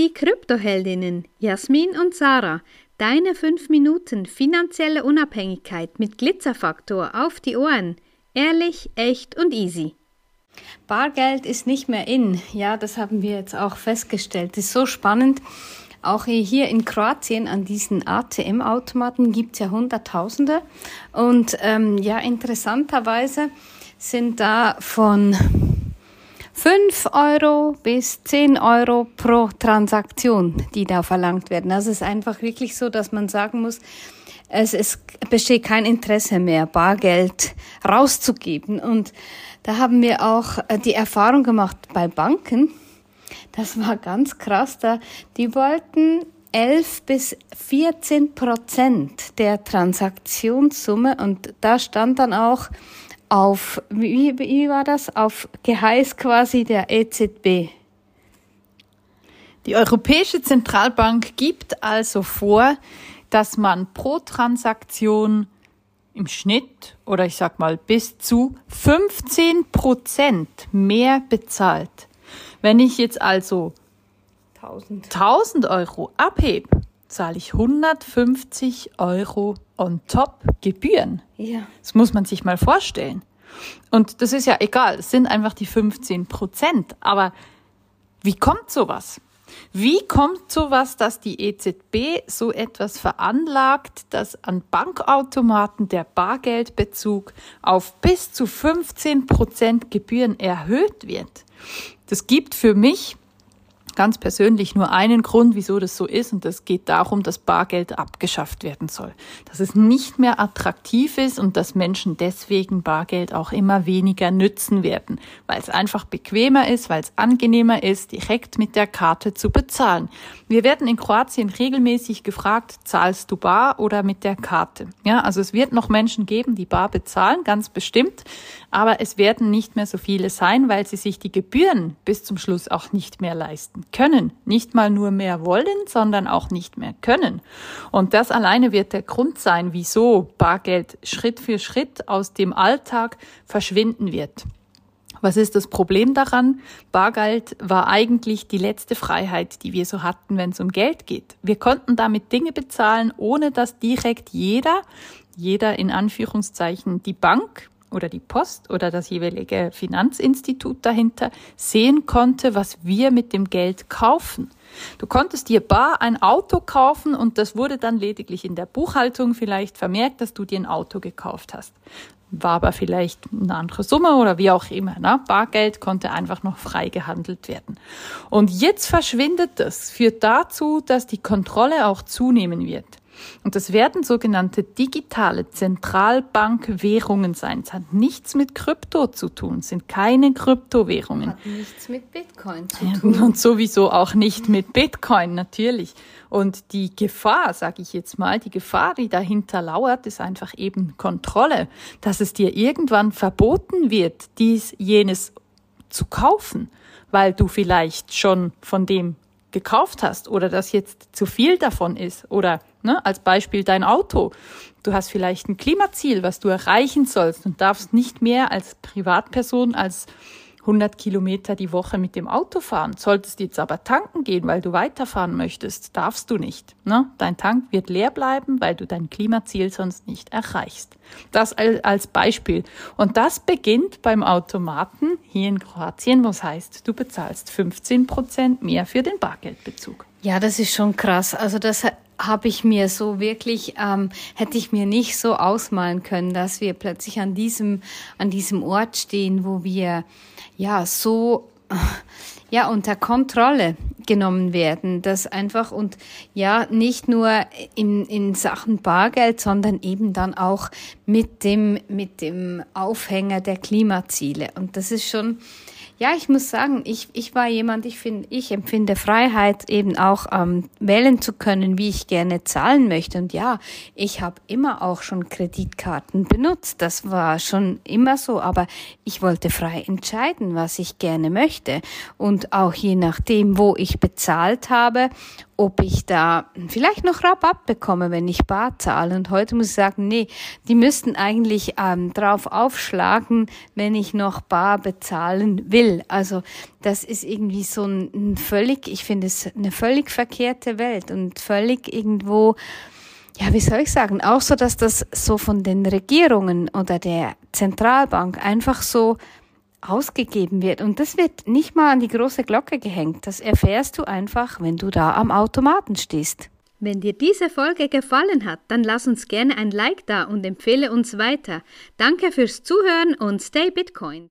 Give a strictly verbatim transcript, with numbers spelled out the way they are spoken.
Die Kryptoheldinnen Jasmin und Sarah. Deine fünf Minuten finanzielle Unabhängigkeit mit Glitzerfaktor auf die Ohren. Ehrlich, echt und easy. Bargeld ist nicht mehr in. Ja, das haben wir jetzt auch festgestellt. Das ist so spannend. Auch hier in Kroatien an diesen A T M-Automaten gibt es ja Hunderttausende. Und ähm, ja, interessanterweise sind da von fünf Euro bis zehn Euro pro Transaktion, die da verlangt werden. Also es ist einfach wirklich so, dass man sagen muss, es, es besteht kein Interesse mehr, Bargeld rauszugeben. Und da haben wir auch die Erfahrung gemacht bei Banken. Das war ganz krass. Da, die wollten elf bis vierzehn Prozent der Transaktionssumme und da stand dann auch auf, wie, wie war das? Auf Geheiß quasi der E Z B. Die Europäische Zentralbank gibt also vor, dass man pro Transaktion im Schnitt oder ich sag mal bis zu fünfzehn Prozent mehr bezahlt. Wenn ich jetzt also tausend Euro abhebe, zahle ich hundertfünfzig Euro on top Gebühren. Ja. Das muss man sich mal vorstellen. Und das ist ja egal, es sind einfach die fünfzehn Prozent. Aber wie kommt sowas? Wie kommt sowas, dass die E Z B so etwas veranlagt, dass an Bankautomaten der Bargeldbezug auf bis zu fünfzehn Prozent Gebühren erhöht wird? Das gibt für mich ganz persönlich nur einen Grund, wieso das so ist, und das geht darum, dass Bargeld abgeschafft werden soll. Dass es nicht mehr attraktiv ist und dass Menschen deswegen Bargeld auch immer weniger nützen werden, weil es einfach bequemer ist, weil es angenehmer ist, direkt mit der Karte zu bezahlen. Wir werden in Kroatien regelmäßig gefragt, zahlst du bar oder mit der Karte? Ja, also es wird noch Menschen geben, die bar bezahlen, ganz bestimmt, aber es werden nicht mehr so viele sein, weil sie sich die Gebühren bis zum Schluss auch nicht mehr leisten können. Nicht mal nur mehr wollen, sondern auch nicht mehr können. Und das alleine wird der Grund sein, wieso Bargeld Schritt für Schritt aus dem Alltag verschwinden wird. Was ist das Problem daran? Bargeld war eigentlich die letzte Freiheit, die wir so hatten, wenn es um Geld geht. Wir konnten damit Dinge bezahlen, ohne dass direkt jeder, jeder in Anführungszeichen die Bank oder die Post oder das jeweilige Finanzinstitut dahinter sehen konnte, was wir mit dem Geld kaufen. Du konntest dir bar ein Auto kaufen und das wurde dann lediglich in der Buchhaltung vielleicht vermerkt, dass du dir ein Auto gekauft hast. War aber vielleicht eine andere Summe oder wie auch immer. Ne? Bargeld konnte einfach noch frei gehandelt werden. Und jetzt verschwindet das, führt dazu, dass die Kontrolle auch zunehmen wird. Und das werden sogenannte digitale Zentralbankwährungen sein. Es hat nichts mit Krypto zu tun, es sind keine Kryptowährungen. Hat nichts mit Bitcoin zu tun. Und sowieso auch nicht mit Bitcoin, natürlich. Und die Gefahr, sage ich jetzt mal, die Gefahr, die dahinter lauert, ist einfach eben Kontrolle. Dass es dir irgendwann verboten wird, dies, jenes zu kaufen, weil du vielleicht schon von dem gekauft hast oder dass jetzt zu viel davon ist oder ne, als Beispiel dein Auto. Du hast vielleicht ein Klimaziel, was du erreichen sollst und darfst nicht mehr als Privatperson als hundert Kilometer die Woche mit dem Auto fahren. Solltest jetzt aber tanken gehen, weil du weiterfahren möchtest, darfst du nicht. Ne? Dein Tank wird leer bleiben, weil du dein Klimaziel sonst nicht erreichst. Das als Beispiel. Und das beginnt beim Automaten hier in Kroatien, was heißt, du bezahlst fünfzehn Prozent mehr für den Bargeldbezug. Ja, das ist schon krass. Also das habe ich mir so wirklich, ähm, hätte ich mir nicht so ausmalen können, dass wir plötzlich an diesem, an diesem Ort stehen, wo wir ja so ja unter Kontrolle genommen werden, das einfach und ja nicht nur in in Sachen Bargeld, sondern eben dann auch mit dem mit dem Aufhänger der Klimaziele und das ist schon ja, ich muss sagen, ich ich war jemand, ich finde, ich empfinde Freiheit eben auch ähm, wählen zu können, wie ich gerne zahlen möchte. Und ja, ich habe immer auch schon Kreditkarten benutzt. Das war schon immer so, aber ich wollte frei entscheiden, was ich gerne möchte. Und auch je nachdem, wo ich bezahlt habe ob ich da vielleicht noch Rabatt bekomme, wenn ich bar zahle. Und heute muss ich sagen, nee, die müssten eigentlich ähm, drauf aufschlagen, wenn ich noch bar bezahlen will. Also das ist irgendwie so ein, ein völlig, ich finde es eine völlig verkehrte Welt und völlig irgendwo, ja, wie soll ich sagen, auch so, dass das so von den Regierungen oder der Zentralbank einfach so ausgegeben wird. Und das wird nicht mal an die große Glocke gehängt. Das erfährst du einfach, wenn du da am Automaten stehst. Wenn dir diese Folge gefallen hat, dann lass uns gerne ein Like da und empfehle uns weiter. Danke fürs Zuhören und stay Bitcoin.